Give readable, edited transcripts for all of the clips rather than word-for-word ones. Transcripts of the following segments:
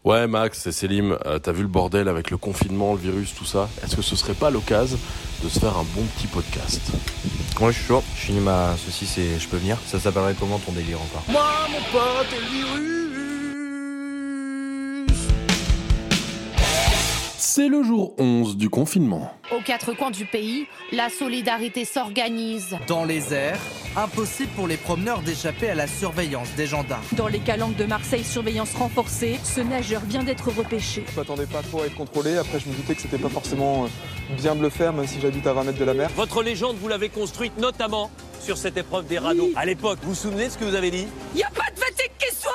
Ouais Max, c'est Selim, t'as vu le bordel avec le confinement, le virus, tout ça? Est-ce que ce serait pas l'occasion de se faire un bon petit podcast? Ouais, je suis chaud. Je finis ma saucisse et je peux venir. Ça s'appellerait comment ton délire encore? Moi mon pote et le virus. C'est le jour 11 du confinement. Aux quatre coins du pays, la solidarité s'organise. Dans les airs, impossible pour les promeneurs d'échapper à la surveillance des gendarmes. Dans les calanques de Marseille, surveillance renforcée, ce nageur vient d'être repêché. Je m'attendais pas trop à être contrôlé, après je me doutais que c'était pas forcément bien de le faire, même si j'habite à 20 mètres de la mer. Votre légende, vous l'avez construite notamment sur cette épreuve des radeaux. Oui. À l'époque, vous vous souvenez de ce que vous avez dit? Y a pas de fatigue qui soit.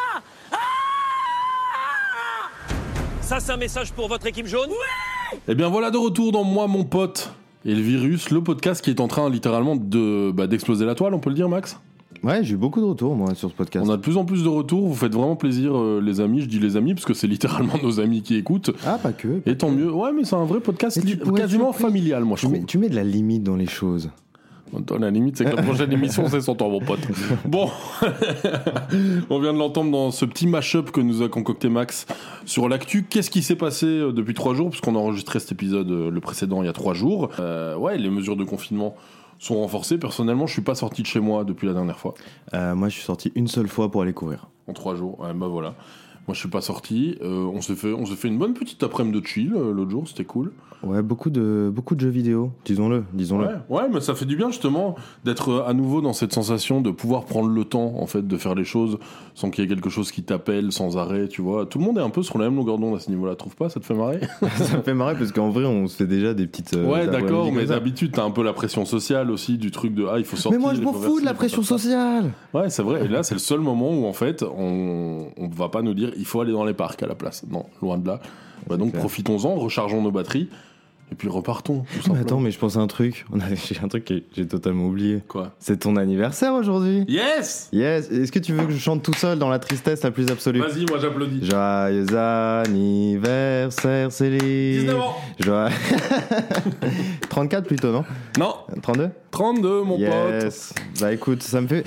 Ça, c'est un message pour votre équipe jaune? Oui. Et bien voilà de retour dans Moi mon pote et le virus, le podcast qui est en train littéralement d'exploser la toile, on peut le dire Max? Ouais, j'ai eu beaucoup de retours moi sur ce podcast. On a de plus en plus de retours, vous faites vraiment plaisir les amis, je dis les amis parce que c'est littéralement nos amis qui écoutent. Ah, pas que. Et tant mieux, ouais mais c'est un vrai podcast quasiment familial moi je trouve. Tu mets de la limite dans les choses. La limite, c'est que la prochaine émission, c'est 100 ans, mon pote. Bon, on vient de l'entendre dans ce petit mash-up que nous a concocté Max sur l'actu. Qu'est-ce qui s'est passé depuis 3 jours? Puisqu'on a enregistré cet épisode, le précédent, il y a 3 jours. Ouais, les mesures de confinement sont renforcées. Personnellement, je suis pas sorti de chez moi depuis la dernière fois. Moi, je suis sorti une seule fois pour aller courir. En 3 jours, ouais, bah voilà. Moi, je suis pas sorti. On s'est fait une bonne petite après-midi de chill l'autre jour, c'était cool. Ouais, beaucoup de jeux vidéo, disons-le. Ouais, mais ça fait du bien justement d'être à nouveau dans cette sensation de pouvoir prendre le temps en fait de faire les choses sans qu'il y ait quelque chose qui t'appelle sans arrêt, tu vois. Tout le monde est un peu sur la même longueur d'onde à ce niveau-là, trouve pas? Ça te fait marrer? Ça me fait marrer parce qu'en vrai, on se fait déjà des petites. Ouais, d'accord, mais d'habitude, t'as un peu la pression sociale aussi du truc de il faut sortir. Mais moi, je m'en fous de la pression sociale. Ouais, c'est vrai. Et là, c'est le seul moment où en fait, on va pas nous dire il faut aller dans les parcs à la place. Non, loin de là. Bah donc, profitons-en, rechargeons nos batteries. Et puis repartons. Mais attends, mais je pense à un truc. J'ai un truc que j'ai totalement oublié. Quoi? C'est ton anniversaire aujourd'hui. Yes. Est-ce que tu veux que je chante tout seul dans la tristesse la plus absolue? Vas-y, moi j'applaudis. Joyeux anniversaire, Céline. 19 ans. 34 plutôt, non? Non. 32? 32, mon pote. Bah écoute, ça me fait...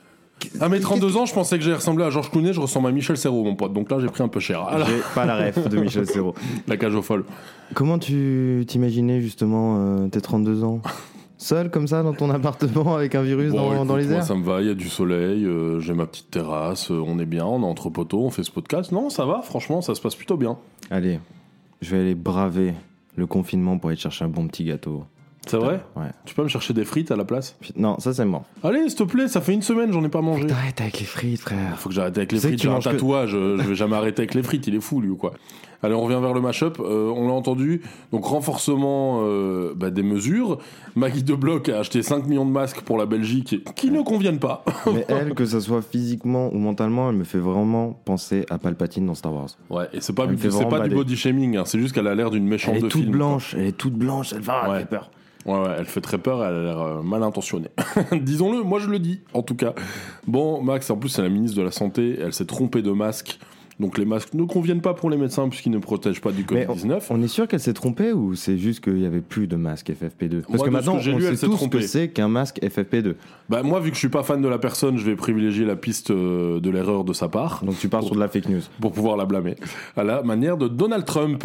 À mes 32 ans, je pensais que j'ai ressemblé à Georges Clooney, je ressemble à Michel Serrault, mon pote. Donc là, j'ai pris un peu cher. Alors... J'ai pas la ref de Michel Serrault. La cage aux folles. Comment tu t'imaginais justement tes 32 ans? Seul comme ça dans ton appartement avec un virus dans les airs? Moi, ça me va, il y a du soleil, j'ai ma petite terrasse, on est bien, on est entre poteaux, on fait ce podcast. Non, ça va, franchement, ça se passe plutôt bien. Allez, je vais aller braver le confinement pour aller te chercher un bon petit gâteau. C'est vrai? Ouais. Tu peux me chercher des frites à la place? Non, ça c'est mort. Allez, s'il te plaît, ça fait 1 semaine, j'en ai pas mangé. Arrête avec les frites, frère. Faut que j'arrête avec les frites, j'ai un tatouage, je vais jamais arrêter avec les frites, il est fou lui ou quoi? Allez, on revient vers le mash-up, on l'a entendu, donc renforcement des mesures. Maggie de Bloch a acheté 5 millions de masques pour la Belgique qui ne conviennent pas. Mais elle, que ça soit physiquement ou mentalement, elle me fait vraiment penser à Palpatine dans Star Wars. Ouais, et c'est pas du body shaming, hein, c'est juste qu'elle a l'air d'une méchante de film. Elle est toute blanche, elle fait peur. Ouais, elle fait très peur, elle a l'air mal intentionnée. Disons-le, moi je le dis, en tout cas. Bon, Max, en plus, c'est la ministre de la Santé, elle s'est trompée de masque. Donc les masques ne conviennent pas pour les médecins puisqu'ils ne protègent pas du Covid-19. On est sûr qu'elle s'est trompée ou c'est juste qu'il n'y avait plus de masque FFP2? Parce que maintenant, on sait tous ce que c'est qu'un masque FFP2. Bah moi, vu que je suis pas fan de la personne, je vais privilégier la piste de l'erreur de sa part. Donc tu pars sur de la fake news. Pour pouvoir la blâmer. À la manière de Donald Trump.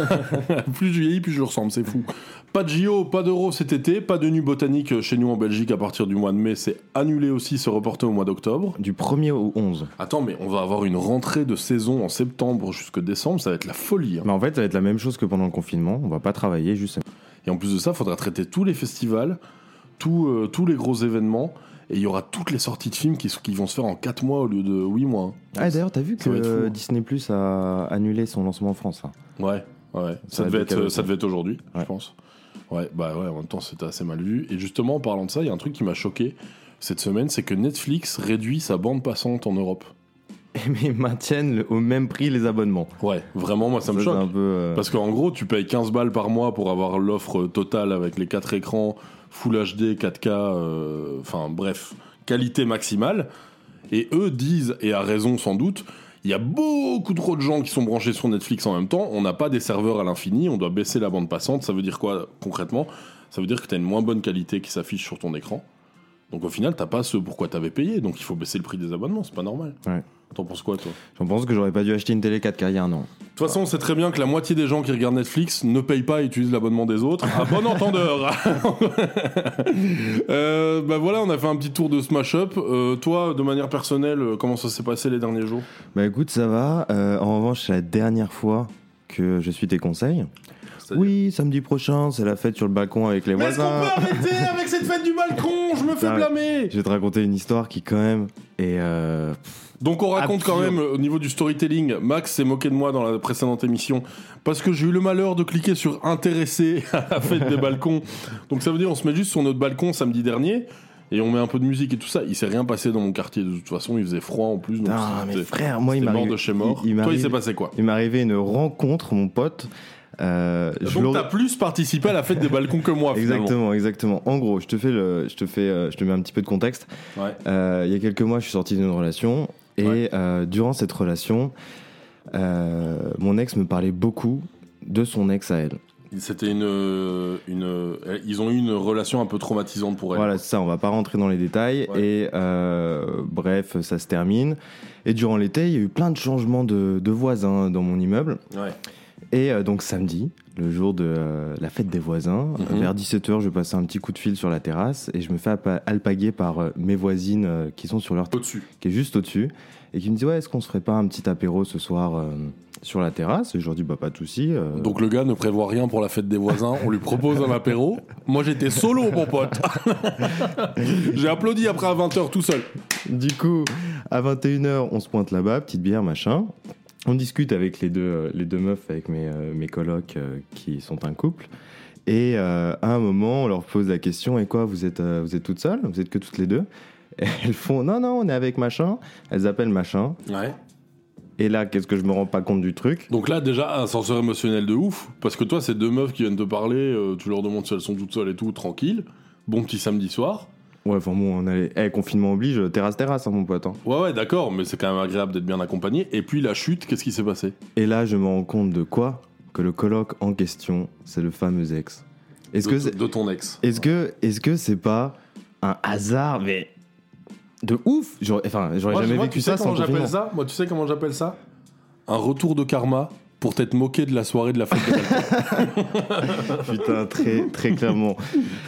Plus je vieillis, plus je ressemble, c'est fou. Pas de JO, pas d'Euro cet été, pas de nuit botanique chez nous en Belgique à partir du mois de mai. C'est annulé aussi, c'est reporté au mois d'octobre. Du 1er au 11. Attends, mais on va avoir une rentrée de saison en septembre jusque décembre, ça va être la folie. Hein. Mais en fait, ça va être la même chose que pendant le confinement, on va pas travailler, juste... Et en plus de ça, il faudra traiter tous les festivals, tous les gros événements, et il y aura toutes les sorties de films qui vont se faire en 4 mois au lieu de 8 mois. Hein. Ah, d'ailleurs, t'as vu que Disney Plus a annulé son lancement en France, là? Ouais. Ça devait être aujourd'hui, je pense. Ouais, en même temps, c'était assez mal vu. Et justement, en parlant de ça, il y a un truc qui m'a choqué cette semaine, c'est que Netflix réduit sa bande passante en Europe. Mais ils maintiennent au même prix les abonnements. Ouais, vraiment, moi ça me choque. Parce qu'en gros, tu payes 15 balles par mois pour avoir l'offre totale avec les 4 écrans, Full HD, 4K, enfin bref, qualité maximale. Et eux disent, et à raison sans doute, il y a beaucoup trop de gens qui sont branchés sur Netflix en même temps, on n'a pas des serveurs à l'infini, on doit baisser la bande passante. Ça veut dire quoi concrètement? Ça veut dire que tu as une moins bonne qualité qui s'affiche sur ton écran. Donc au final, t'as pas ce pourquoi t'avais payé, donc il faut baisser le prix des abonnements, c'est pas normal. Ouais. T'en penses quoi, toi ? J'en pense que j'aurais pas dû acheter une télé 4K il y a un an. De toute façon, on sait très bien que la moitié des gens qui regardent Netflix ne payent pas et utilisent l'abonnement des autres. À bon entendeur. Bah voilà, on a fait un petit tour de Smash Up. Toi, de manière personnelle, comment ça s'est passé les derniers jours ? Bah écoute, ça va. En revanche, c'est la dernière fois que je suis tes conseils. C'est-à-dire... Oui, samedi prochain, c'est la fête sur le balcon avec les voisins. Est-ce qu'on peut arrêter avec cette fête du balcon ? Je me fais blâmer. Je vais te raconter une histoire qui quand même est... Donc on raconte quand même au niveau du storytelling. Max s'est moqué de moi dans la précédente émission parce que j'ai eu le malheur de cliquer sur intéresser à la fête des balcons. Donc ça veut dire on se met juste sur notre balcon samedi dernier et on met un peu de musique et tout ça. Il s'est rien passé dans mon quartier de toute façon. Il faisait froid en plus. Donc mais frère, moi il m'a mort de chez mort. Toi il s'est passé quoi ? Il m'est arrivé une rencontre, mon pote. Donc t'as plus participé à la fête des balcons que moi. Exactement. En gros, je te mets un petit peu de contexte. Ouais. Il y a quelques mois, je suis sorti d'une relation. Et durant cette relation, mon ex me parlait beaucoup de son ex à elle. C'était ils ont eu une relation un peu traumatisante pour elle. Voilà, c'est ça, on va pas rentrer dans les détails. Ouais. Et bref, ça se termine. Et durant l'été, il y a eu plein de changements de voisins dans mon immeuble. Ouais. Et donc samedi, le jour de la fête des voisins, vers 17h, je passais un petit coup de fil sur la terrasse et je me fais alpaguer par mes voisines qui sont sur leur au-dessus, qui est juste au-dessus, et qui me dit ouais, est-ce qu'on se ferait pas un petit apéro ce soir sur la terrasse ? Et je leur dis bah pas de souci. Donc le gars ne prévoit rien pour la fête des voisins, on lui propose un apéro. Moi j'étais solo mon pote. J'ai applaudi après à 20h tout seul. Du coup, à 21h, on se pointe là-bas, petite bière, machin. On discute avec les deux meufs, avec mes colocs qui sont un couple. Et à un moment, on leur pose la question, et quoi, vous êtes toutes seules ? Vous êtes que toutes les deux ? Et elles font, non, on est avec machin. Elles appellent machin. Ouais. Et là, qu'est-ce que je me rends pas compte du truc ? Donc là, déjà, ascenseur émotionnel de ouf. Parce que toi, ces deux meufs qui viennent te parler, tu leur demandes si elles sont toutes seules et tout, tranquille. Bon petit samedi soir. Ouais, enfin bon, on allait... confinement oblige, terrasse, hein, mon pote. Hein. Ouais, d'accord, mais c'est quand même agréable d'être bien accompagné. Et puis la chute, qu'est-ce qui s'est passé ? Et là, je me rends compte de quoi ? Que le coloc en question, c'est le fameux ex. De ton ex. Est-ce que c'est pas un hasard, mais de ouf ? J'aurais jamais vécu ça sans confinement. Moi, tu sais comment j'appelle ça ? Un retour de karma pour t'être moqué de la soirée de la fête de balcon. Putain, très, très clairement.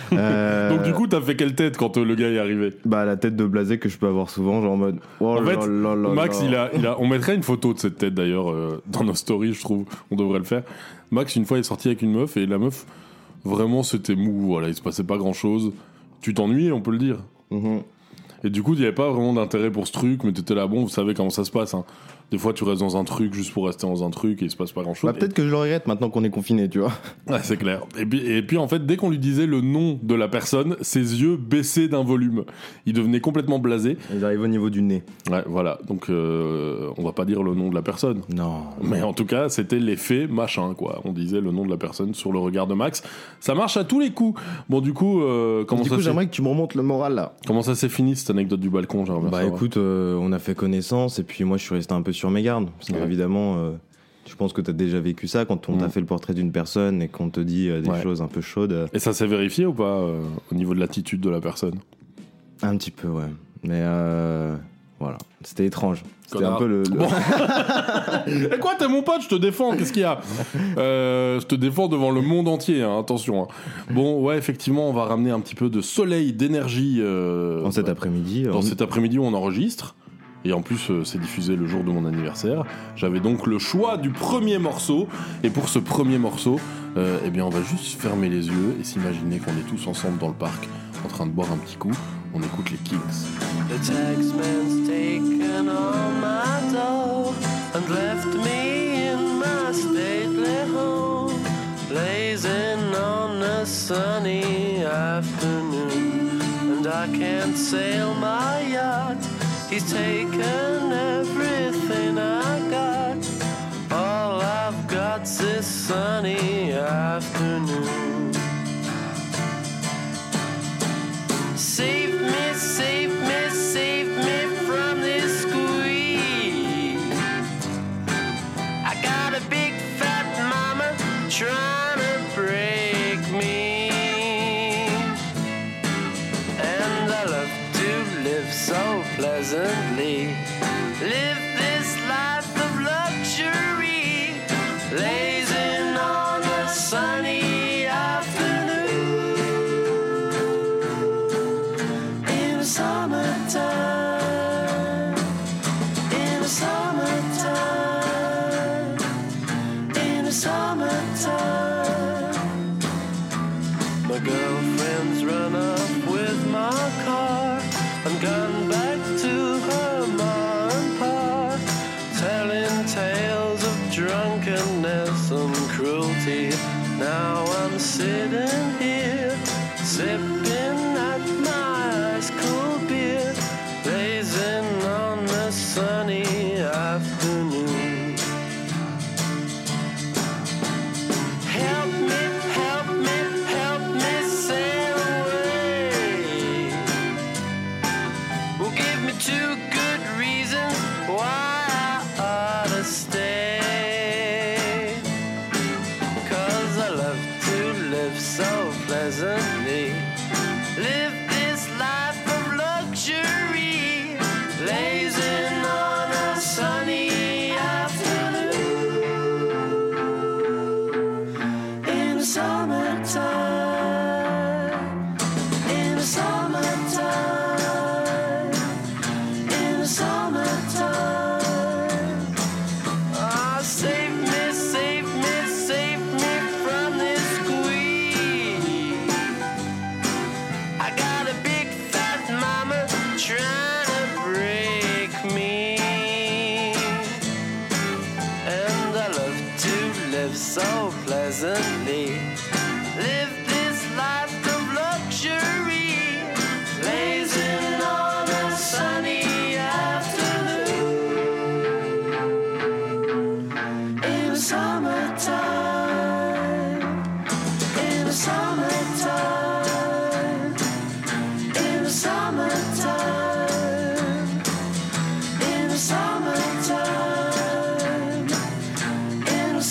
Donc du coup, t'as fait quelle tête quand le gars est arrivé ? Bah la tête de blasé que je peux avoir souvent, genre en mode... en fait, Max, on mettrait une photo de cette tête d'ailleurs dans nos stories, je trouve. On devrait le faire. Max, une fois, est sorti avec une meuf et la meuf, vraiment, c'était mou. Voilà, il se passait pas grand-chose. Tu t'ennuyais, on peut le dire. Mm-hmm. Et du coup, il n'y avait pas vraiment d'intérêt pour ce truc, mais t'étais là, bon, vous savez comment ça se passe, hein. Des fois, tu restes dans un truc juste pour rester dans un truc et il se passe pas grand-chose. Bah, peut-être que je le regrette maintenant qu'on est confiné, tu vois. Ouais, c'est clair. Et puis, en fait, dès qu'on lui disait le nom de la personne, ses yeux baissaient d'un volume. Il devenait complètement blasé. Ils arrivent au niveau du nez. Ouais, voilà. Donc, on va pas dire le nom de la personne. Non. Mais en tout cas, c'était l'effet machin, quoi. On disait le nom de la personne sur le regard de Max. Ça marche à tous les coups. Bon, du coup, j'aimerais que tu me remontes le moral, là. Comment ça s'est fini, cette anecdote du balcon, j'aimerais Bah, écoute, on a fait connaissance et puis moi, je suis resté un peu sur mes gardes. Parce qu'évidemment, je pense que tu as déjà vécu ça quand on t'a fait le portrait d'une personne et qu'on te dit des choses un peu chaudes. Et ça s'est vérifié ou pas au niveau de l'attitude de la personne ? Un petit peu, ouais. Mais voilà, c'était étrange. C'était Connard. un peu le... Bon. Et quoi, t'es mon pote, je te défends, qu'est-ce qu'il y a ? Je te défends devant le monde entier, hein, attention. Hein. Bon, ouais, effectivement, on va ramener un petit peu de soleil, d'énergie... dans cet après-midi. Dans cet après-midi où on enregistre. Et en plus, c'est diffusé le jour de mon anniversaire. J'avais donc le choix du premier morceau. Et pour ce premier morceau, eh bien, on va juste fermer les yeux et s'imaginer qu'on est tous ensemble dans le parc, en train de boire un petit coup. On écoute les Kings. The taxman's taken all my dough and left me in my stately home, blazing on a sunny afternoon. And I can't sail my yacht. He's taken everything I got. All I've got's this sunny afternoon. Save me, save me, save me from this squeeze. I got a big fat mama trying to break me, and I love to live so pleasantly. Live see. Now I'm sitting here, sipping at my ice cold beer, blazing on a sunny afternoon. Help me, help me, help me sail away. Well, give me 2 good reasons why I ought to stay. 'Cause I love to live so pleasantly, live this life of luxury, blazing on a sunny afternoon in the summertime, in the summertime, in the summertime. Ah, save me, save me, save me from this squeeze. I got a big fat mama trying to break me, and I love to live so pleasantly, live this life of luxury, blazing on a sunny afternoon in the summertime, in the summertime, in the summertime, in the summertime, in the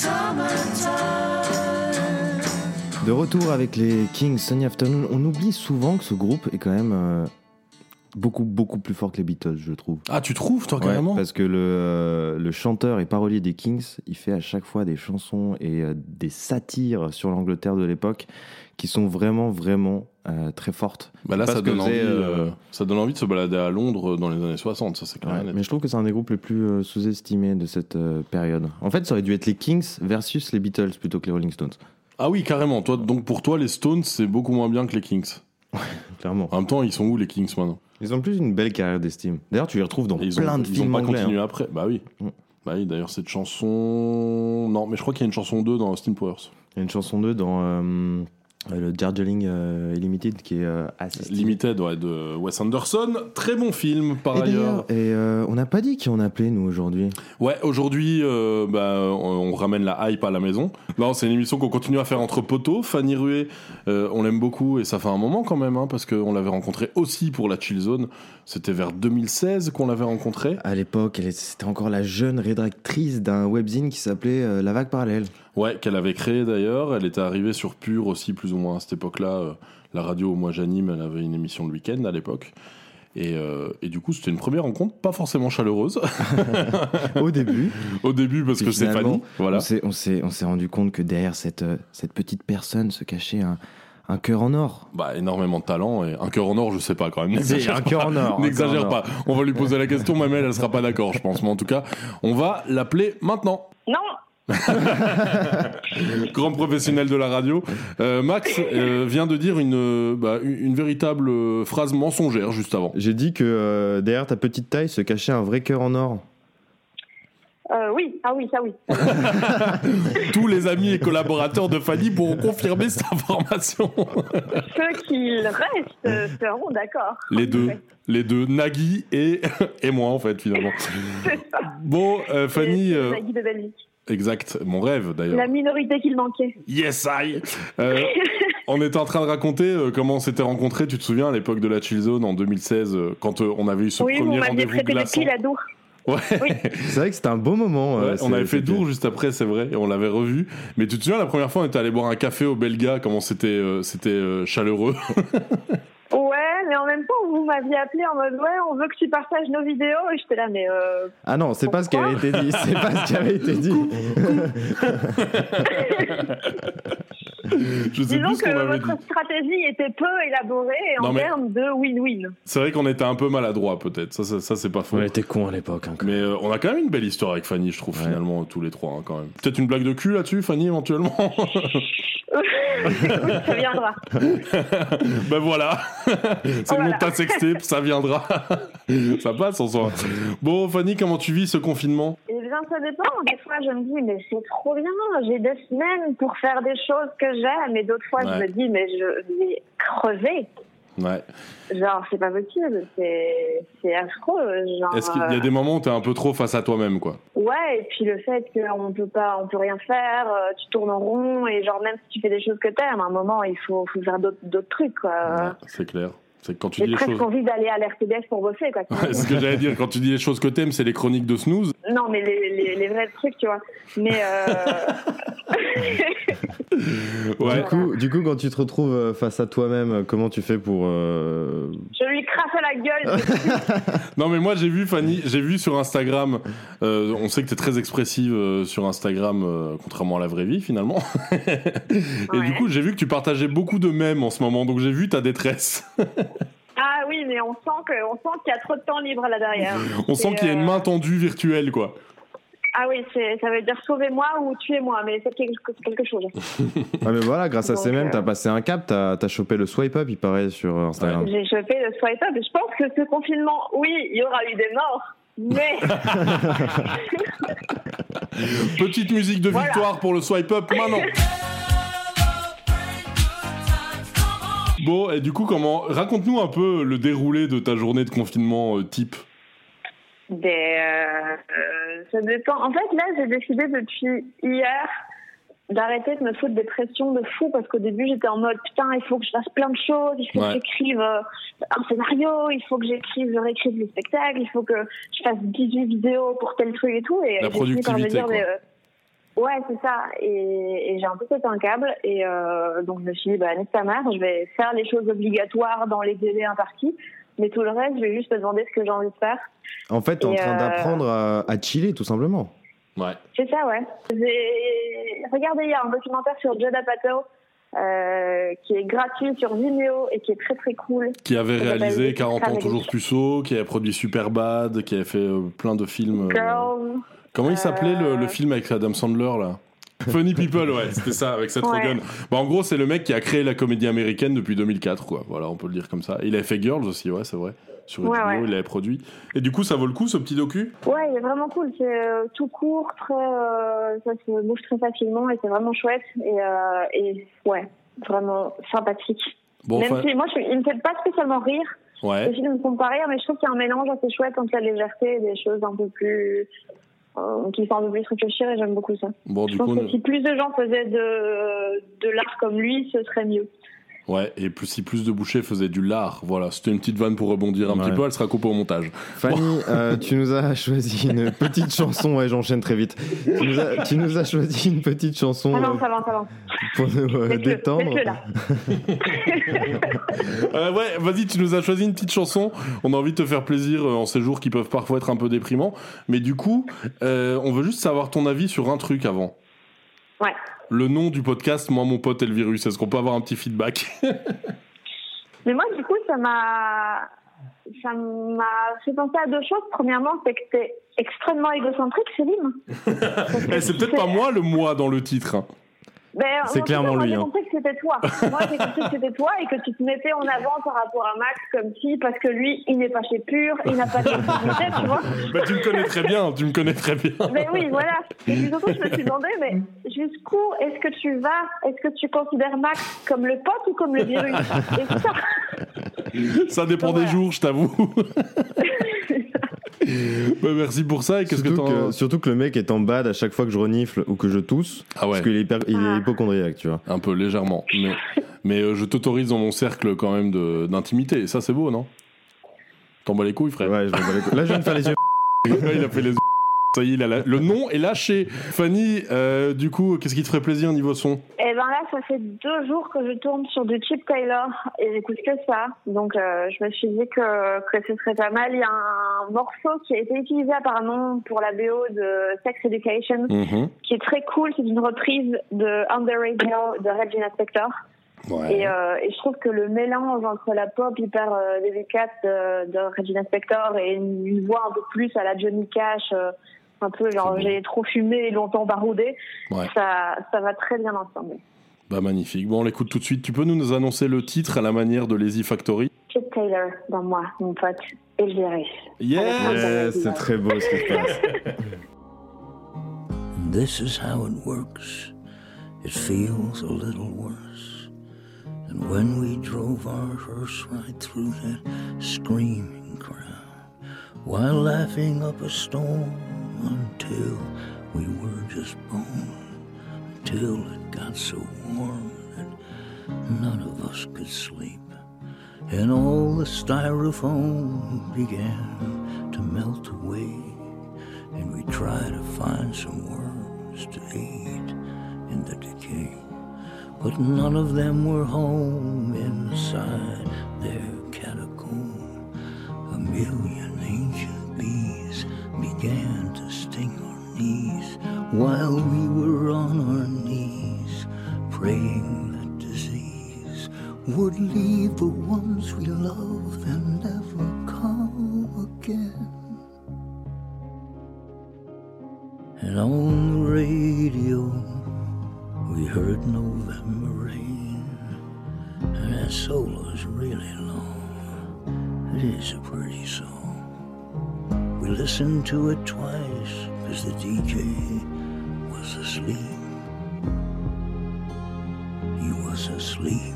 summertime. De retour avec les Kings, Sunny Afternoon, on oublie souvent que ce groupe est quand même beaucoup plus fort que les Beatles, je trouve. Ah, tu trouves, toi, Ouais, carrément? parce que le chanteur et parolier des Kings, il fait à chaque fois des chansons et des satires sur l'Angleterre de l'époque qui sont vraiment très fortes. Bah là, C'est pas ça ce que donne, faisait, ça donne envie de se balader à Londres dans les années 60, ça c'est clair. Ouais, et net. mais je trouve que c'est un des groupes les plus sous-estimés de cette période. En fait, ça aurait dû être les Kings versus les Beatles plutôt que les Rolling Stones. Ah oui, carrément. Toi, donc pour toi, les Stones, c'est beaucoup moins bien que les Kings. Clairement. En même temps, ils sont où les Kings maintenant? Ils ont plus une belle carrière d'estime. D'ailleurs, tu les retrouves dans Et plein de ils films ont pas anglais. continué hein. après. Bah oui. Mm. Bah oui, d'ailleurs, cette chanson... Non, mais je crois qu'il y a une chanson 2 dans Austin Powers. Il y a une chanson 2 dans le Darjeeling Limited qui est assez stylé. Limited, ouais, de Wes Anderson. Très bon film, par Et ailleurs. d'ailleurs, on n'a pas dit qui on appelait, nous, aujourd'hui. Ouais, aujourd'hui, on ramène la hype à la maison. Non, c'est une émission qu'on continue à faire entre potos. Fanny Rué, on l'aime beaucoup et ça fait un moment quand même, hein, parce qu'on l'avait rencontrée aussi pour la Chill Zone. C'était vers 2016 qu'on l'avait rencontrée. À l'époque, c'était encore la jeune rédactrice d'un webzine qui s'appelait La Vague Parallèle. Ouais, qu'elle avait créé d'ailleurs. Elle était arrivée sur Pure aussi, plus ou moins à cette époque-là. La radio où moi j'anime, elle avait une émission de week-end à l'époque. Et du coup, c'était une première rencontre, pas forcément chaleureuse. Au début. Au début, parce que c'est Fanny. Voilà. On s'est rendu compte que derrière cette petite personne se cachait un cœur en or. Bah, énormément de talent et un cœur en or, je sais pas quand même. C'est un cœur en or. N'exagère pas. On va lui poser la question, Mamel, elle sera pas d'accord, je pense. Mais en tout cas, on va l'appeler maintenant. Non. Grand professionnel de la radio. Max vient de dire une véritable phrase mensongère juste avant. J'ai dit que derrière ta petite taille se cachait un vrai cœur en or. Oui, ça oui. Tous les amis et collaborateurs de Fanny pourront confirmer cette information. Ceux qui restent seront d'accord. Les deux, Nagui et moi en fait finalement. C'est ça. Bon, Fanny. Nagui de Belgique. Exact, mon rêve d'ailleurs. La minorité qu'il manquait. Yes, I. On était en train de raconter comment on s'était rencontrés, tu te souviens, à l'époque de la Chill Zone en 2016, quand on avait eu ce premier rendez-vous prêté glaçant. des piles à Dour. Ouais. Oui. C'est vrai que c'était un beau moment. Ouais, on avait fait Dour juste après, c'est vrai, et on l'avait revu. Mais tu te souviens, la première fois, on était allé boire un café au Belga, comment c'était chaleureux. Ouais, mais en même temps, vous m'aviez appelé en mode ouais, on veut que tu partages nos vidéos, et j'étais là, mais. Ah non, c'est pas ce qui avait été dit. C'est pas ce qui avait été dit. Je sais Disons plus ce qu'on que avait votre dit. stratégie était peu élaborée en termes de win-win. C'est vrai qu'on était un peu maladroit, peut-être. Ça c'est pas faux. On était cons à l'époque. Hein, mais on a quand même une belle histoire avec Fanny, je trouve, finalement, tous les trois, hein, quand même. Peut-être une blague de cul là-dessus, Fanny, éventuellement. Oui, ça viendra. Ben voilà. C'est le nom de ta sextape, ça viendra. Ça passe en soi. Bon, Fanny, comment tu vis ce confinement ? Eh bien, ça dépend. Des fois, je me dis, mais c'est trop bien. J'ai 2 semaines pour faire des choses que j'aime. Et d'autres fois, je me dis, mais je vais crever. Ouais. Genre, c'est pas possible. C'est affreux. Genre, est-ce qu'il y a des moments où t'es un peu trop face à toi-même, quoi? Ouais, et puis le fait qu'on peut rien faire, tu tournes en rond, et genre, même si tu fais des choses que t'aimes, à un moment, il faut faire d'autres trucs, quoi. Ouais, c'est clair. C'est quand tu dis j'ai les presque choses... envie d'aller à l'RTBF pour bosser, quoi. Ouais, c'est ce que j'allais dire. Quand tu dis les choses que t'aimes, c'est les chroniques de Snooze. Non, mais les vrais trucs, tu vois. Mais ouais. Du coup, quand tu te retrouves face à toi-même, comment tu fais pour... Je lui crache à la gueule. Non, mais moi, j'ai vu, Fanny, sur Instagram, on sait que t'es très expressive sur Instagram, contrairement à la vraie vie, finalement. Et du coup, j'ai vu que tu partageais beaucoup de mèmes en ce moment, donc j'ai vu ta détresse. Ah oui, mais on sent qu'il y a trop de temps libre là derrière. On sent qu'il y a une main tendue virtuelle, quoi. Ah oui, ça veut dire sauvez-moi ou tuez-moi, mais c'est quelque chose. Ah mais voilà, grâce à ces mèmes, t'as passé un cap, t'as chopé le swipe up, il paraît, sur Instagram. J'ai chopé le swipe up. Je pense que ce confinement, oui, il y aura eu des morts, mais... Petite musique de victoire pour le swipe up, maintenant. Bon, et du coup, raconte-nous un peu le déroulé de ta journée de confinement type. Ça dépend. En fait, là, j'ai décidé depuis hier d'arrêter de me foutre des pressions de fou, parce qu'au début, j'étais en mode putain, il faut que je fasse plein de choses, il faut que j'écrive un scénario, il faut que je réécrive le spectacle, il faut que je fasse 18 vidéos pour tel truc et tout. Et la productivité, quoi. Ouais, c'est ça. Et j'ai un peu pété un câble. Et donc, je me suis dit, nique ta mère, je vais faire les choses obligatoires dans les délais impartis. Mais tout le reste, je vais juste me demander ce que j'ai envie de faire. En fait, t'es en train d'apprendre à chiller, tout simplement. Ouais. C'est ça, ouais. J'ai regardé hier un documentaire sur Judd Apatow, qui est gratuit sur Vimeo et qui est très très cool. Qui avait réalisé 40 ans toujours puceau, qui avait produit Superbad, qui avait fait plein de films. Girls. Comment il s'appelait le film avec Adam Sandler, là? Funny People, ouais, c'était ça, avec Seth Rogen. En gros, c'est le mec qui a créé la comédie américaine depuis 2004, quoi. Voilà, on peut le dire comme ça. Il avait fait Girls aussi, ouais, c'est vrai. Sur HBO, il l'avait produit. Et du coup, ça vaut le coup, ce petit docu? Ouais, il est vraiment cool. C'est tout court, ça se bouge très facilement et c'est vraiment chouette. Et ouais, vraiment sympathique. Bon, même si, moi, il me fait pas spécialement rire. Ouais. Les films me font pas rire, mais je trouve qu'il y a un mélange assez chouette entre la légèreté et des choses un peu plus... qui font un peu plus réfléchir, et j'aime beaucoup ça. Bon, je pense que si plus de gens faisaient de l'art comme lui, ce serait mieux. Ouais, et si plus de bouchers faisaient du lard, voilà, c'était une petite vanne pour rebondir un petit peu, elle sera coupée au montage. Fanny, tu nous as choisi une petite chanson, j'enchaîne très vite. Tu nous as choisi une petite chanson. Ah non, ça va. Pour nous détendre. Mets-le là. Ouais, vas-y, tu nous as choisi une petite chanson. On a envie de te faire plaisir en ces jours qui peuvent parfois être un peu déprimants. Mais du coup, on veut juste savoir ton avis sur un truc avant. Ouais. Le nom du podcast, Moi, mon pote et le virus. Est-ce qu'on peut avoir un petit feedback? Mais moi, du coup, ça m'a fait penser à deux choses. Premièrement, c'est que t'es extrêmement égocentrique, Céline. C'est peut-être pas moi le moi dans le titre. Hein. C'est clairement lui. J'ai compris que c'était toi. Moi, j'ai compris que c'était toi et que tu te mettais en avant par rapport à Max comme si, parce que lui, il n'est pas chez Pur, il n'a pas de sensibilité, tu vois. Tu me connais très bien, Mais oui, voilà. Et puis surtout, je me suis demandé, mais jusqu'où est-ce que tu vas? Est-ce que tu considères Max comme le pote ou comme le virus? Et ça dépend des jours, je t'avoue. Merci pour ça. Et surtout que le mec est en bad à chaque fois que je renifle ou que je tousse. Ah ouais. Parce qu'il est hypocondriaque, tu vois. Un peu, légèrement. Mais je t'autorise dans mon cercle quand même d'intimité. Et ça, c'est beau, non? T'en bats les couilles, frère. Ouais, je m'en bats les couilles. Là, je viens de faire les yeux. Il a fait les yeux. Ça y est, le nom est lâché. Fanny, du coup, qu'est-ce qui te ferait plaisir niveau son? Eh ben là, ça fait 2 jours que je tourne sur du Chip Taylor et j'écoute que ça. Donc, je me suis dit que ce serait pas mal. Il y a un morceau qui a été utilisé apparemment pour la BO de Sex Education, qui est très cool. C'est une reprise de On the Radio de Regina Spektor. Ouais. Et je trouve que le mélange entre la pop hyper délicate de Regina Spektor et une voix un peu plus à la Johnny Cash, un peu genre j'ai trop fumé et longtemps baroudé, ça va très bien ensemble. Magnifique. Bon, on l'écoute tout de suite. Tu peux nous annoncer le titre à la manière de Lazy Factory? Chip Taylor dans Moi, mon pote et le virus. Yeah, c'est très beau ce qui se passe. this is how it works. It feels a little worse than when we drove our hearse right through that screaming crowd, while laughing up a storm until we were just born, until it got so warm that none of us could sleep, and all the styrofoam began to melt away, and we tried to find some worms to aid in the decay, but none of them were home inside their catacomb. A million ancient bees began to sting our knees while we were on our knees, praying that disease would leave the ones we love and never come again. And on the radio we heard November rain, and that solo's really long. It is a pretty song. We listened to it twice, 'cause the DJ was asleep. He was asleep.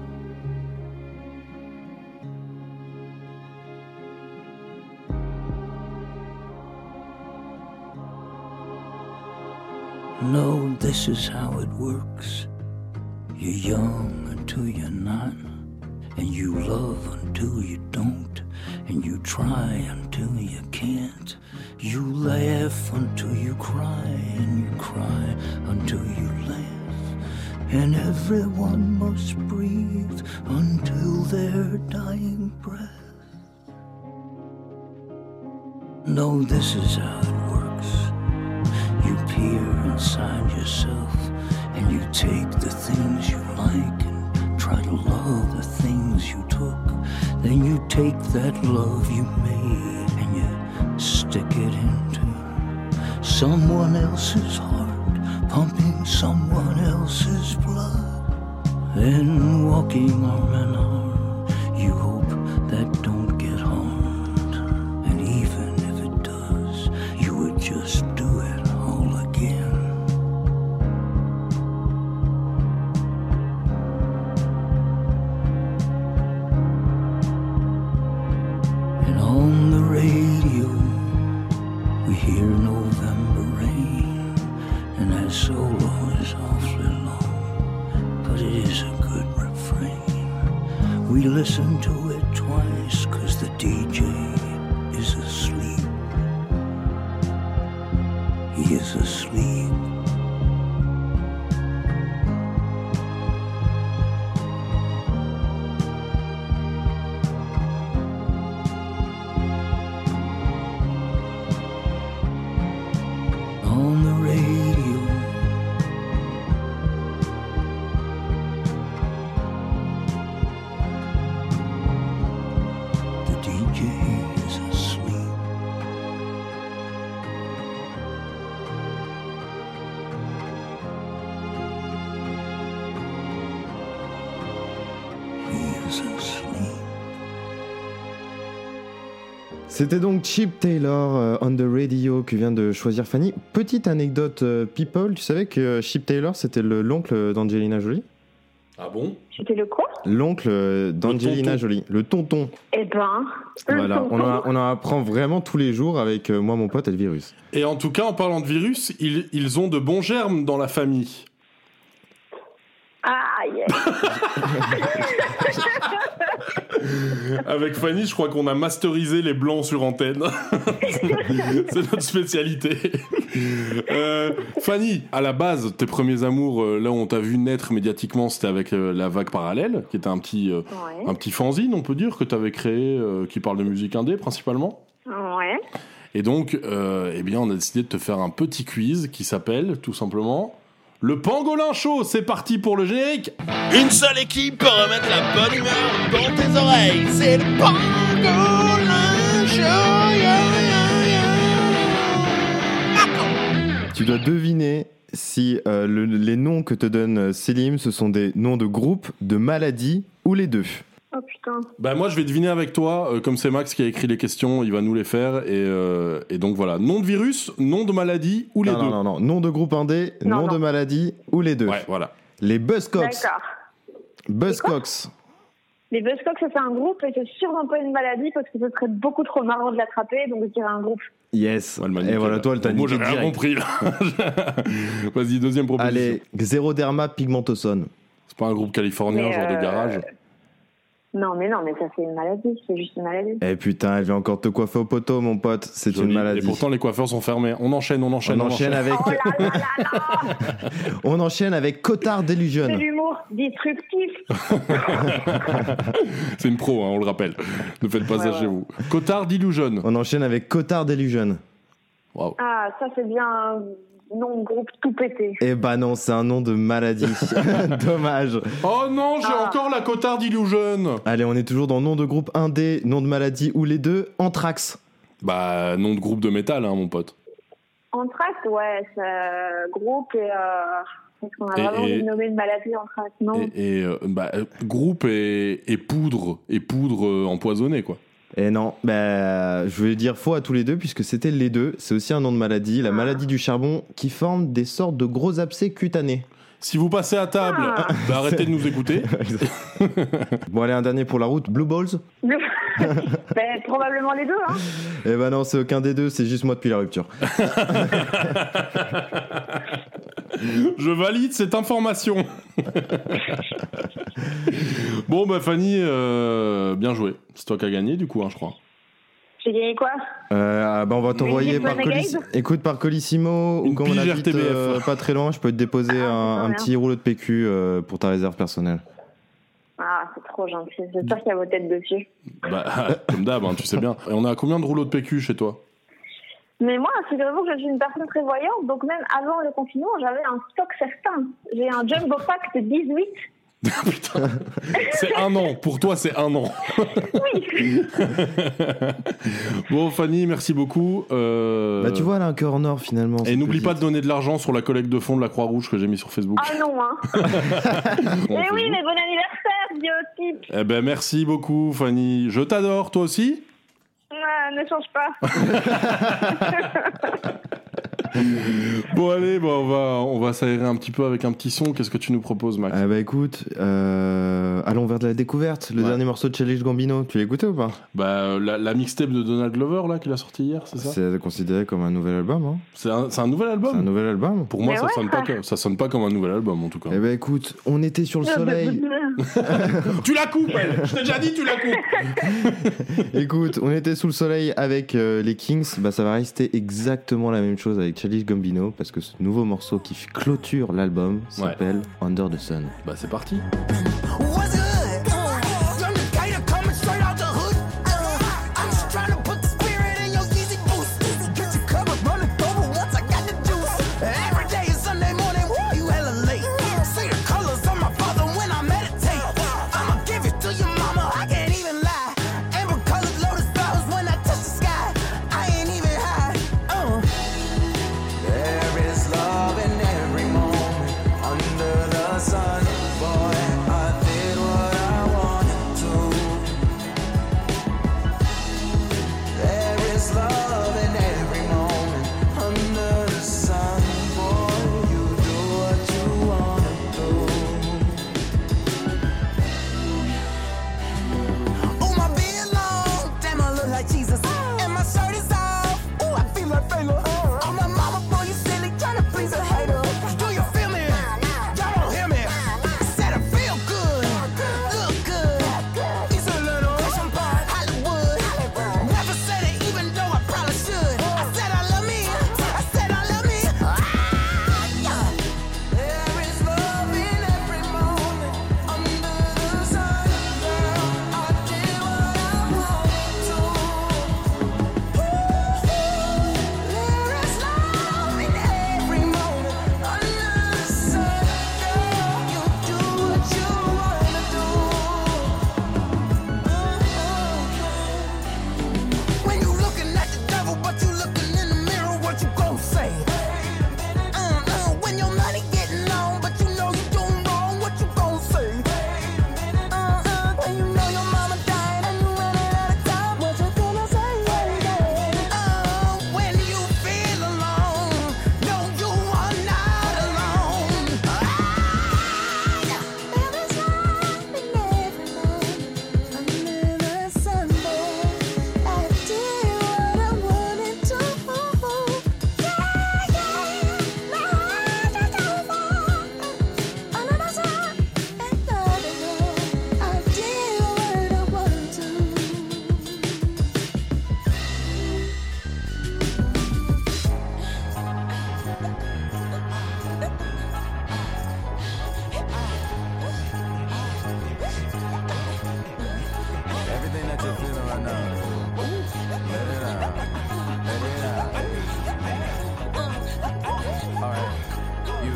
No, this is how it works. You're young until you're not, and you love until you don't, and you try until you can't. You laugh until you cry, and you cry until you laugh. And everyone must breathe until their dying breath. No, this is how it works. You peer inside yourself, and you take the things you like and try to love the things you took. Then you take that love you made and you stick it into someone else's heart, pumping someone else's blood. Then walking arm in arm, you hope that don't get harmed. And even if it does, you would just do it all again. And on the radio we hear November rain, and that solo is awfully long, but it is a good refrain. We listen to it twice, 'cause the DJ is asleep. He is asleep. On the radio, the DJ is asleep. He is asleep. C'était donc Chip Taylor, On the Radio, que vient de choisir Fanny. Petite anecdote people, tu savais que Chip Taylor c'était l'oncle d'Angelina Jolie? Ah bon? C'était le quoi? L'oncle d'Angelina Jolie, le tonton. Eh ben, Voilà, on en apprend vraiment tous les jours avec moi, mon pote, Elvirus. Et en tout cas, en parlant de virus, ils ont de bons germes dans la famille. ah, yeah. Avec Fanny, je crois qu'on a masterisé les blancs sur antenne. C'est notre spécialité. Fanny, à la base, tes premiers amours, là où on t'a vu naître médiatiquement, c'était avec La Vague Parallèle, qui était un petit fanzine, on peut dire, que t'avais créé, qui parle de musique indé principalement. Ouais. Et donc, eh bien, on a décidé de te faire un petit quiz qui s'appelle, tout simplement, le Pangolin Show. C'est parti pour le générique. Une seule équipe pour remettre la bonne humeur dans tes oreilles. C'est le Pangolin Show. Tu dois deviner si les noms que te donne Selim, ce sont des noms de groupes, de maladies ou les deux. Oh putain. Bah moi je vais deviner avec toi, comme c'est Max qui a écrit les questions, il va nous les faire et donc voilà. Nom de virus, nom de maladie ou les deux. Non. Nom de groupe indé, nom de maladie ou les deux. Ouais, voilà. Les Buzzcocks. D'accord. Buzzcocks. Les Buzzcocks, ça c'est un groupe et c'est sûrement pas une maladie parce que ce serait beaucoup trop marrant de l'attraper, donc je dirais un groupe. Yes. Ouais, et voilà, toi, elle t'a moi niqué j'ai rien direct. compris là. Vas-y, deuxième proposition. Allez, Xeroderma pigmentosum. C'est pas un groupe californien, genre de garage. Non, mais ça c'est une maladie, c'est juste une maladie. Eh putain, elle vient encore te coiffer au poteau, mon pote. C'est une maladie. Et pourtant, les coiffeurs sont fermés. On enchaîne avec. Oh là là là là. On enchaîne avec Cotard Delusion. C'est l'humour disruptif. C'est une pro, hein, on le rappelle. Ne faites pas ça chez vous. Cotard Delusion. On enchaîne avec Cotard Delusion. Wow. Ah, ça c'est bien un nom de groupe tout pété. Eh bah non, c'est un nom de maladie. Dommage. Oh non, j'ai encore la Cotard Delusion. Allez, on est toujours dans nom de groupe indé, nom de maladie ou les deux. Anthrax. Bah, nom de groupe de métal, hein, mon pote. Anthrax, ouais, c'est groupe et... Est-ce qu'on a vraiment envie de nommer une maladie Anthrax? Non. Groupe et poudre empoisonnée, quoi. Et non, je vais dire faux à tous les deux puisque c'était les deux. C'est aussi un nom de maladie, la maladie du charbon qui forme des sortes de gros abcès cutanés. Si vous passez à table, arrêtez de nous écouter. Bon, allez, un dernier pour la route. Blue Balls. Probablement les deux, hein. Eh ben non, c'est aucun des deux, c'est juste moi depuis la rupture. Je valide cette information. Bon, bah Fanny, bien joué. C'est toi qui as gagné, du coup, hein, je crois. J'ai gagné quoi? On va t'envoyer par Colissimo. Écoute, par Colissimo, ou comme on habite pas très loin, je peux te déposer un petit rouleau de PQ pour ta réserve personnelle. Ah, c'est trop gentil. J'espère qu'il y a vos têtes dessus. Bah, comme d'hab, hein, tu sais bien. Et on a combien de rouleaux de PQ chez toi? Mais moi, figurez-vous que je suis une personne prévoyante, donc même avant le confinement, j'avais un stock certain. J'ai un jumbo pack de 18. Putain, c'est un an. Pour toi, c'est un an. Oui. Bon, Fanny, merci beaucoup. Tu vois, là, un cœur en or, finalement. Et n'oublie pas de donner de l'argent sur la collecte de fonds de la Croix-Rouge que j'ai mis sur Facebook. Ah non, hein. Mais oui, mais bon anniversaire, idiotype. Eh ben, merci beaucoup, Fanny. Je t'adore, toi aussi? Ne change pas. Bon, allez, on va s'aérer un petit peu avec un petit son. Qu'est-ce que tu nous proposes, Max? Écoute, allons vers de la découverte. Le dernier morceau de Childish Gambino, tu l'as écouté ou pas? La mixtape de Donald Glover, là, qu'il a sorti hier, c'est ça? C'est considéré comme un nouvel album, hein. C'est un nouvel album? C'est un nouvel album. Pour moi, ça sonne pas comme un nouvel album, en tout cas. Écoute, on était sur le soleil. Tu la coupes, elle. Je t'ai déjà dit, tu la coupes. Écoute, on était sous le soleil avec les Kings. Ça va rester exactement la même chose avec Childish Gambino parce que ce nouveau morceau qui clôture l'album s'appelle Under the Sun. Bah, c'est parti. Love in every moment under the sun. Boy, I did what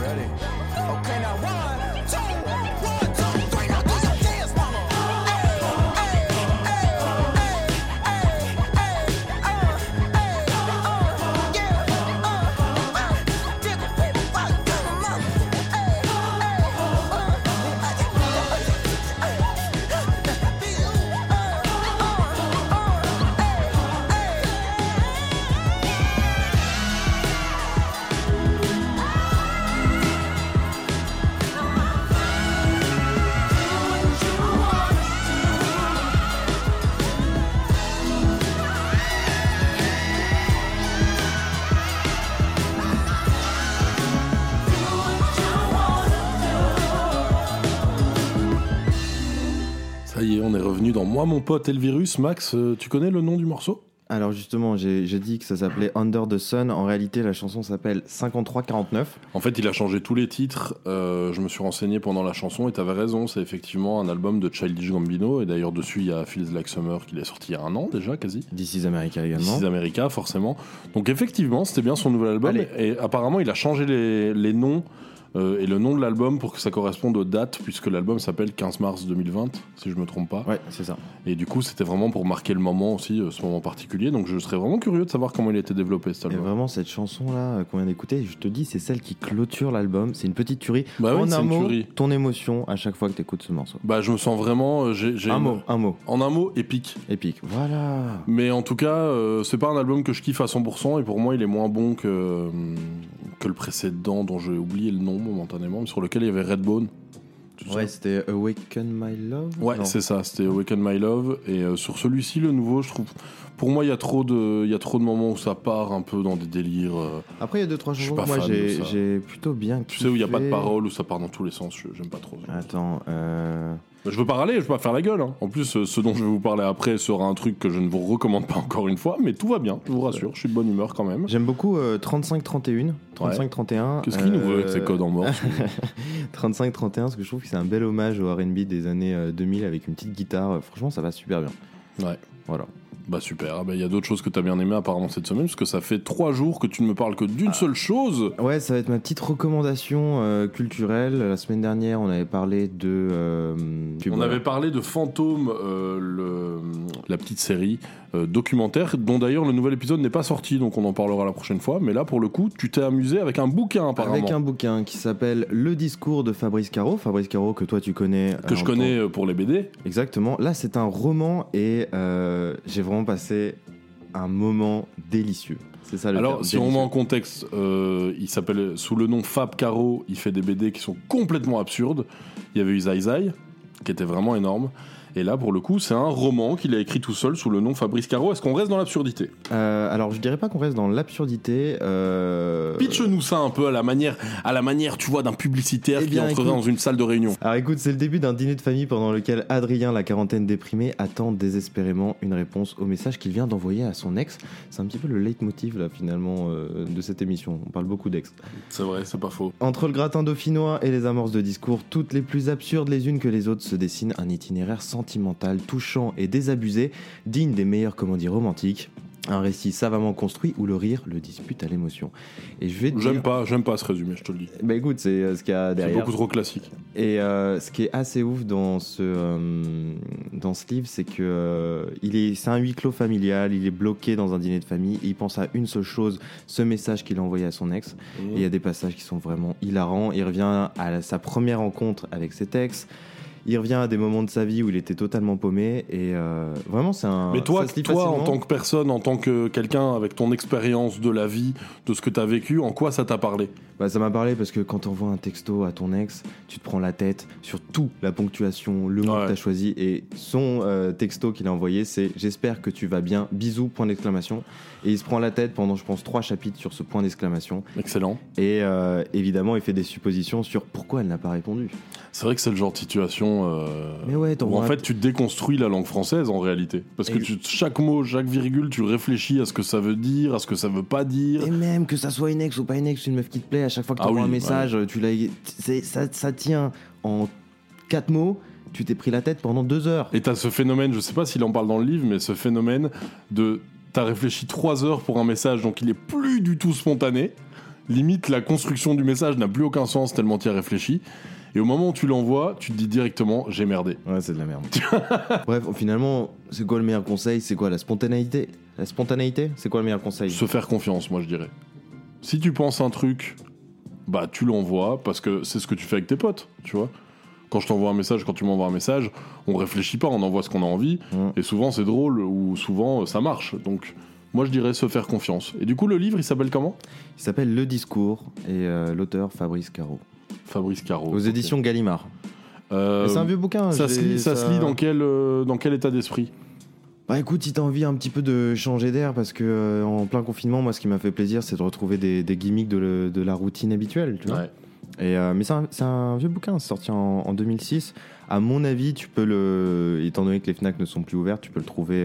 Ready? Okay, now 1, 2, 1, 2, 3, now do your dance, mama. Ça y est, on est revenu dans Moi, mon pote et le virus. Max, tu connais le nom du morceau ? Alors justement, j'ai dit que ça s'appelait Under the Sun. En réalité, la chanson s'appelle 5349. En fait, il a changé tous les titres. Je me suis renseigné pendant la chanson et t'avais raison. C'est effectivement un album de Childish Gambino. Et d'ailleurs, dessus, il y a Feels Like Summer qui est sorti il y a un an déjà, quasi. This is America également. This is America, forcément. Donc effectivement, c'était bien son nouvel album. Et apparemment, il a changé les noms. Et le nom de l'album pour que ça corresponde aux dates, puisque l'album s'appelle 15 mars 2020, si je me trompe pas. Ouais, c'est ça. Et du coup, c'était vraiment pour marquer le moment aussi, ce moment particulier. Donc je serais vraiment curieux de savoir comment il a été développé cet album. Et vraiment, cette chanson-là qu'on vient d'écouter, je te dis, c'est celle qui clôture l'album. C'est une petite tuerie. Bah oui, en c'est un une mot, tuerie. Ton émotion à chaque fois que tu écoutes ce morceau. Bah, je me sens vraiment. Un mot. En un mot, épique. Épique, voilà. Mais en tout cas, c'est pas un album que je kiffe à 100%. Et pour moi, il est moins bon que le précédent, dont j'ai oublié le nom momentanément, mais sur lequel il y avait Redbone. Ouais, c'était Awaken My Love. Ouais, non. C'est ça, c'était Awaken My Love. Et sur celui-ci, le nouveau, je trouve. Pour moi, il y a trop de moments où ça part un peu dans des délires. Après, il y a 2-3 chansons que moi j'ai plutôt bien kiffé. Tu sais, où il n'y a pas de paroles, où ça part dans tous les sens, j'aime pas trop. Attends, je veux pas râler, je veux pas faire la gueule. Hein. En plus, ce dont je vais vous parler après sera un truc que je ne vous recommande pas encore une fois, mais tout va bien, je vous rassure, je suis de bonne humeur quand même. J'aime beaucoup 35-31. 35-31. Qu'est-ce qu'il nous veut avec ses codes en morse 35-31, parce que je trouve que c'est un bel hommage au R&B des années 2000 avec une petite guitare. Franchement, ça va super bien. Ouais. Voilà. Bah super, il y a d'autres choses que t'as bien aimé apparemment cette semaine, parce que ça fait 3 jours que tu ne me parles que d'une seule chose. Ouais, ça va être ma petite recommandation culturelle. La semaine dernière, on avait parlé de... on avait parlé de Fantôme, la petite série documentaire, dont d'ailleurs le nouvel épisode n'est pas sorti, donc on en parlera la prochaine fois. Mais là, pour le coup, tu t'es amusé avec un bouquin apparemment. Avec un bouquin qui s'appelle Le discours de Fabrice Caro. Fabrice Caro, que toi tu connais. Que je connais pour les BD. Exactement. Là, c'est un roman et j'ai vraiment passé un moment délicieux. C'est ça le Alors, terme, si délicieux. on met en contexte, il s'appelle sous le nom Fab Caro, il fait des BD qui sont complètement absurdes. Il y avait eu Zai Zai, qui était vraiment énorme. Et là, pour le coup, c'est un roman qu'il a écrit tout seul sous le nom Fabrice Caro. Est-ce qu'on reste dans l'absurdité ? Alors, je dirais pas qu'on reste dans l'absurdité. Pitch-nous ça un peu à la manière, tu vois, d'un publicitaire qui entrerait dans une salle de réunion. Alors écoute, c'est le début d'un dîner de famille pendant lequel Adrien, la quarantaine déprimée, attend désespérément une réponse au message qu'il vient d'envoyer à son ex. C'est un petit peu le leitmotiv, là, finalement, de cette émission. On parle beaucoup d'ex. C'est vrai, c'est pas faux. Entre le gratin dauphinois et les amorces de discours, toutes les plus absurdes les unes que les autres, se dessine un itinéraire sentimental, touchant et désabusé, digne des meilleures comédies romantiques. Un récit savamment construit où le rire le dispute à l'émotion. Et je vais te j'aime pas ce résumé, je te le dis. Bah écoute, c'est ce qu'il y a derrière. C'est beaucoup trop classique. Et ce qui est assez ouf dans ce livre, c'est que c'est un huis clos familial. Il est bloqué dans un dîner de famille. Et il pense à une seule chose, ce message qu'il a envoyé à son ex. Et il y a des passages qui sont vraiment hilarants. Il revient à sa première rencontre avec cet ex. Il revient à des moments de sa vie où il était totalement paumé et vraiment c'est un... Mais toi en tant que personne, en tant que quelqu'un avec ton expérience de la vie, de ce que t'as vécu, en quoi ça t'a parlé ? Bah, ça m'a parlé parce que quand t'envoies un texto à ton ex, tu te prends la tête sur tout, la ponctuation, le mot que t'as choisi, et son texto qu'il a envoyé c'est « J'espère que tu vas bien, bisous, point d'exclamation ». Et il se prend la tête pendant, je pense, 3 chapitres sur ce point d'exclamation. Excellent. Et évidemment, il fait des suppositions sur pourquoi elle n'a pas répondu. C'est vrai que c'est le genre de situation mais ouais, où en fait tu déconstruis la langue française en réalité. Parce que chaque mot, chaque virgule, tu réfléchis à ce que ça veut dire, à ce que ça veut pas dire. Et même que ça soit une ex ou pas une ex, une meuf qui te plaît, à chaque fois que tu envoies un message, ça tient en 4 mots. Tu t'es pris la tête pendant 2 heures. Et t'as ce phénomène, je sais pas s'il en parle dans le livre, mais ce phénomène de... T'as réfléchi 3 heures pour un message, donc il est plus du tout spontané. Limite, la construction du message n'a plus aucun sens tellement tu y as réfléchi. Et au moment où tu l'envoies, tu te dis directement j'ai merdé. Ouais, c'est de la merde. Bref, finalement, c'est quoi le meilleur conseil? C'est quoi la spontanéité? La spontanéité, c'est quoi le meilleur conseil? Se faire confiance, moi je dirais. Si tu penses un truc, bah tu l'envoies parce que c'est ce que tu fais avec tes potes, tu vois. Quand je t'envoie un message, quand tu m'envoies un message, on réfléchit pas, on envoie ce qu'on a envie. Et souvent c'est drôle ou souvent ça marche. Donc moi je dirais se faire confiance. Et du coup le livre il s'appelle comment? Il s'appelle Le Discours et l'auteur Fabrice Caro. Fabrice Caro. Aux éditions Gallimard. C'est un vieux bouquin. Ça se lit dans quel état d'esprit? Bah écoute, si t'as envie un petit peu de changer d'air, parce que en plein confinement, moi ce qui m'a fait plaisir, c'est de retrouver des gimmicks de la routine habituelle, tu vois. Ouais. Mais c'est un vieux bouquin, c'est sorti en 2006. À mon avis, tu peux étant donné que les Fnac ne sont plus ouvertes, tu peux le trouver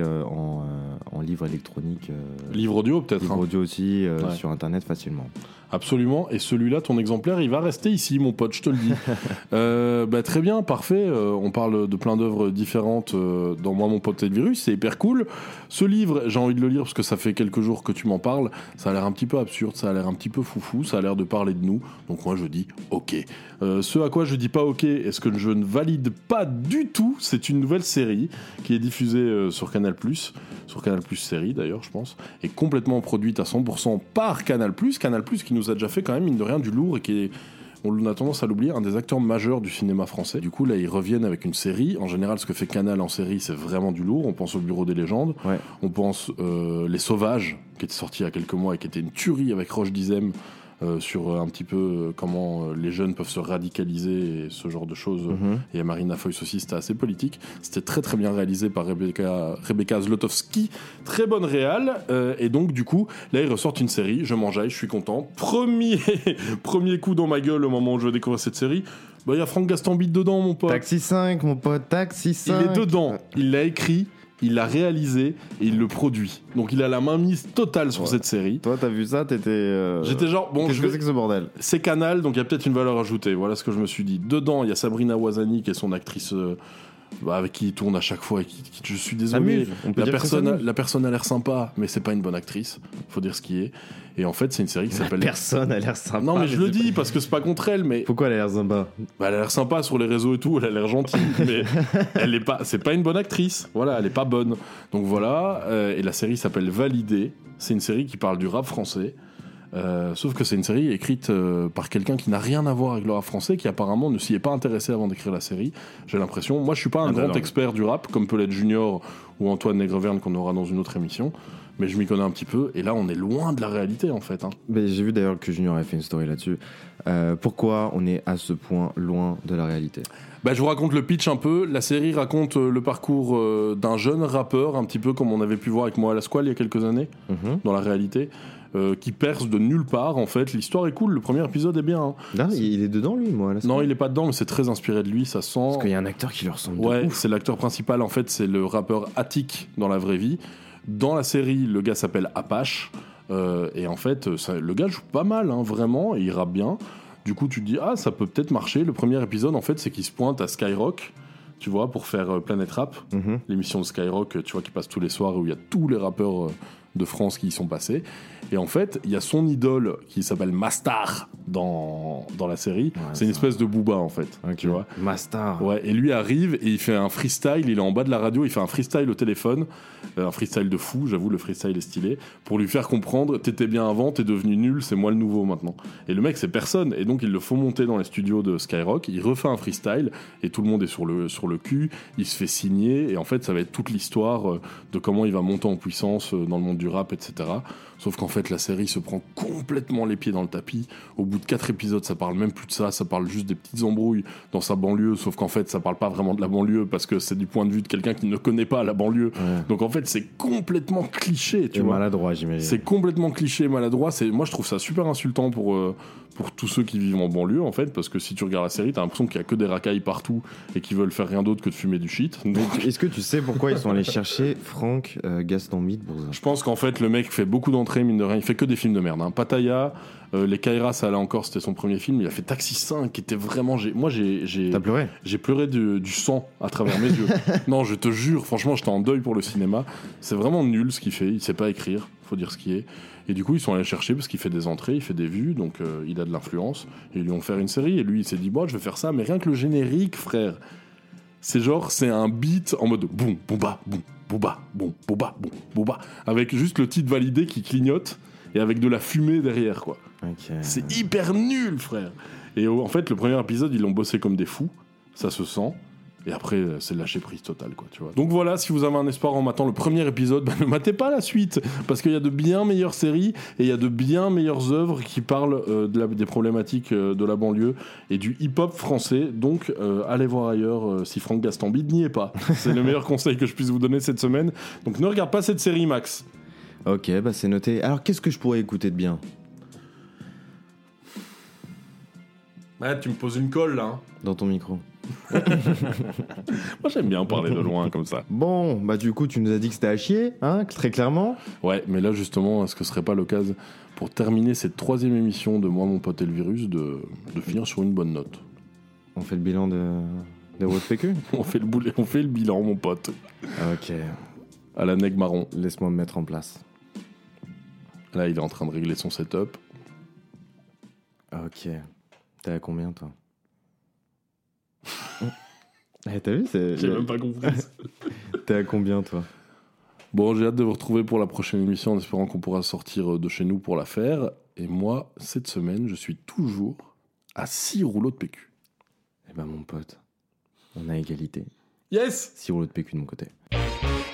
en livre électronique. Livre audio peut-être. Livre audio aussi, sur internet facilement. Absolument, et celui-là, ton exemplaire, il va rester ici, mon pote, je te le dis. Très bien, parfait. On parle de plein d'œuvres différentes dans Moi, mon pote et le virus, c'est hyper cool. Ce livre, j'ai envie de le lire parce que ça fait quelques jours que tu m'en parles. Ça a l'air un petit peu absurde, ça a l'air un petit peu foufou, ça a l'air de parler de nous. Donc moi, je dis ok. Ce à quoi je dis pas ok, et ce que je ne valide pas du tout, c'est une nouvelle série qui est diffusée sur Canal+, sur Canal+ série d'ailleurs, je pense, et complètement produite à 100% par Canal+, qui nous a déjà fait quand même, mine de rien, du lourd et qui est, on a tendance à l'oublier, un des acteurs majeurs du cinéma français. Du coup, là, ils reviennent avec une série. En général, ce que fait Canal en série, c'est vraiment du lourd. On pense au Bureau des légendes. Ouais. On pense Les Sauvages, qui était sorti il y a quelques mois et qui était une tuerie avec Roche Dizem, sur un petit peu comment les jeunes peuvent se radicaliser et ce genre de choses. Et Marina Foïs aussi, c'était assez politique. C'était très très bien réalisé par Rebecca Zlotowski. Très bonne réal. Et donc du coup, là ils ressortent une série. Je m'enjaille, je suis content. Premier coup dans ma gueule au moment où je vais découvrir cette série. Il y a Franck Gastambide dedans, mon pote. Taxi 5, mon pote, Taxi 5. Il est dedans. Il l'a écrit. Il l'a réalisé et il le produit. Donc il a la main mise totale sur cette série. Toi, t'as vu ça, t'étais... J'étais genre... Bon, qu'est-ce que c'est que ce bordel? C'est Canal, donc il y a peut-être une valeur ajoutée. Voilà ce que je me suis dit. Dedans, il y a Sabrina Ouazani, qui est son actrice... avec qui il tourne à chaque fois et qui je suis désolé, la personne a l'air sympa mais c'est pas une bonne actrice, faut dire ce qui est. Et en fait c'est une série qui s'appelle... La personne a l'air sympa. Non mais je le dis parce que c'est pas contre elle, mais... Pourquoi elle a l'air sympa? Elle a l'air sympa sur les réseaux et tout, elle a l'air gentille, mais elle est pas... c'est pas une bonne actrice, voilà, elle est pas bonne. Donc voilà, et la série s'appelle Validé, c'est une série qui parle du rap français. Sauf que c'est une série écrite par quelqu'un qui n'a rien à voir avec le rap français, qui apparemment ne s'y est pas intéressé avant d'écrire la série. J'ai l'impression. Moi, je suis pas un grand expert du rap, comme peut l'être Junior ou Antoine Négreverne qu'on aura dans une autre émission, mais je m'y connais un petit peu. Et là, on est loin de la réalité, en fait. Mais j'ai vu d'ailleurs que Junior avait fait une story là-dessus. Pourquoi on est à ce point loin de la réalité? Je vous raconte le pitch un peu. La série raconte le parcours d'un jeune rappeur, un petit peu comme on avait pu voir avec Moi à la Squale il y a quelques années, dans la réalité. Qui perce de nulle part, en fait. L'histoire est cool, le premier épisode est bien. Là, il est dedans, lui, moi. Là, non, il est pas dedans, mais c'est très inspiré de lui, ça sent. Parce qu'il y a un acteur qui lui ressemble de ouf. C'est l'acteur principal, en fait, c'est le rappeur Attic dans la vraie vie. Dans la série, le gars s'appelle Apache, et en fait, le gars joue pas mal, vraiment, et il rappe bien. Du coup, tu te dis, ça peut peut-être marcher. Le premier épisode, en fait, c'est qu'il se pointe à Skyrock, tu vois, pour faire Planet Rap, l'émission de Skyrock, tu vois, qui passe tous les soirs, où il y a tous les rappeurs de France qui y sont passés. Et en fait, il y a son idole qui s'appelle Mastar dans la série. Ouais, c'est une espèce de Booba, en fait. Okay. Tu vois. Mastar. Ouais, et lui arrive et il fait un freestyle. Il est en bas de la radio, il fait un freestyle au téléphone. Un freestyle de fou, j'avoue, le freestyle est stylé. Pour lui faire comprendre, t'étais bien avant, t'es devenu nul, c'est moi le nouveau maintenant. Et le mec, c'est personne. Et donc, il le faut monter dans les studios de Skyrock. Il refait un freestyle et tout le monde est sur le cul. Il se fait signer. Et en fait, ça va être toute l'histoire de comment il va monter en puissance dans le monde du rap, etc. Sauf qu'en fait, la série se prend complètement les pieds dans le tapis. Au bout de 4 épisodes, ça parle même plus de ça. Ça parle juste des petites embrouilles dans sa banlieue. Sauf qu'en fait, ça parle pas vraiment de la banlieue parce que c'est du point de vue de quelqu'un qui ne connaît pas la banlieue. Ouais. Donc en fait, c'est complètement cliché, tu vois. Maladroit, j'imagine. C'est complètement cliché, maladroit. Moi, je trouve ça super insultant pour tous ceux qui vivent en banlieue, en fait, parce que si tu regardes la série, t'as l'impression qu'il y a que des racailles partout et qu'ils veulent faire rien d'autre que de fumer du shit. Donc... Est-ce que tu sais pourquoi ils sont allés chercher Franck Gastambide pour ça? Je pense qu'en en fait, le mec fait beaucoup d'entrées, mine de rien. Il fait que des films de merde. Hein. Pattaya, Les Kairas, ça allait encore, c'était son premier film. Il a fait Taxi 5, qui était vraiment. T'as pleuré ? J'ai pleuré du sang à travers mes yeux. Non, je te jure, franchement, j'étais en deuil pour le cinéma. C'est vraiment nul ce qu'il fait. Il sait pas écrire, faut dire ce qui est. Et du coup, ils sont allés chercher parce qu'il fait des entrées, il fait des vues, donc il a de l'influence. Et ils lui ont fait une série. Et lui, il s'est dit, bon, je vais faire ça, mais rien que le générique, frère. C'est un beat en mode boum, boumba, boum, boumba, boum, boumba, boum, boumba, avec juste le titre validé qui clignote et avec de la fumée derrière, quoi. Okay. C'est hyper nul, frère. Et en fait, le premier épisode, ils l'ont bossé comme des fous, ça se sent. Et après, c'est lâcher prise totale, quoi, tu vois. Donc voilà, si vous avez un espoir en matant le premier épisode, ne matez pas la suite, parce qu'il y a de bien meilleures séries et il y a de bien meilleures œuvres qui parlent des problématiques de la banlieue et du hip-hop français. Donc allez voir ailleurs si Franck Gastambide n'y est pas. C'est le meilleur conseil que je puisse vous donner cette semaine. Donc ne regarde pas cette série, Max. Ok, bah c'est noté. Alors qu'est-ce que je pourrais écouter de bien ? Ouais, tu me poses une colle, là. Hein. Dans ton micro. Moi j'aime bien parler de loin comme ça. Bon, bah du coup tu nous as dit que c'était à chier, hein, très clairement. Ouais, mais là justement, est-ce que ce serait pas l'occasion pour terminer cette 3e émission de Moi, mon pote et le virus de finir sur une bonne note? On fait le bilan de votre PQ. on fait le bilan, mon pote. Ok. À la nègre marron. Laisse-moi me mettre en place. Là, il est en train de régler son setup. Ok. T'es à combien, toi? T'as vu, J'ai même pas compris. T'es à combien, toi? Bon, j'ai hâte de vous retrouver pour la prochaine émission en espérant qu'on pourra sortir de chez nous pour la faire. Et moi, cette semaine, je suis toujours à 6 rouleaux de PQ. Eh ben, mon pote, on a égalité. Yes! 6 rouleaux de PQ de mon côté.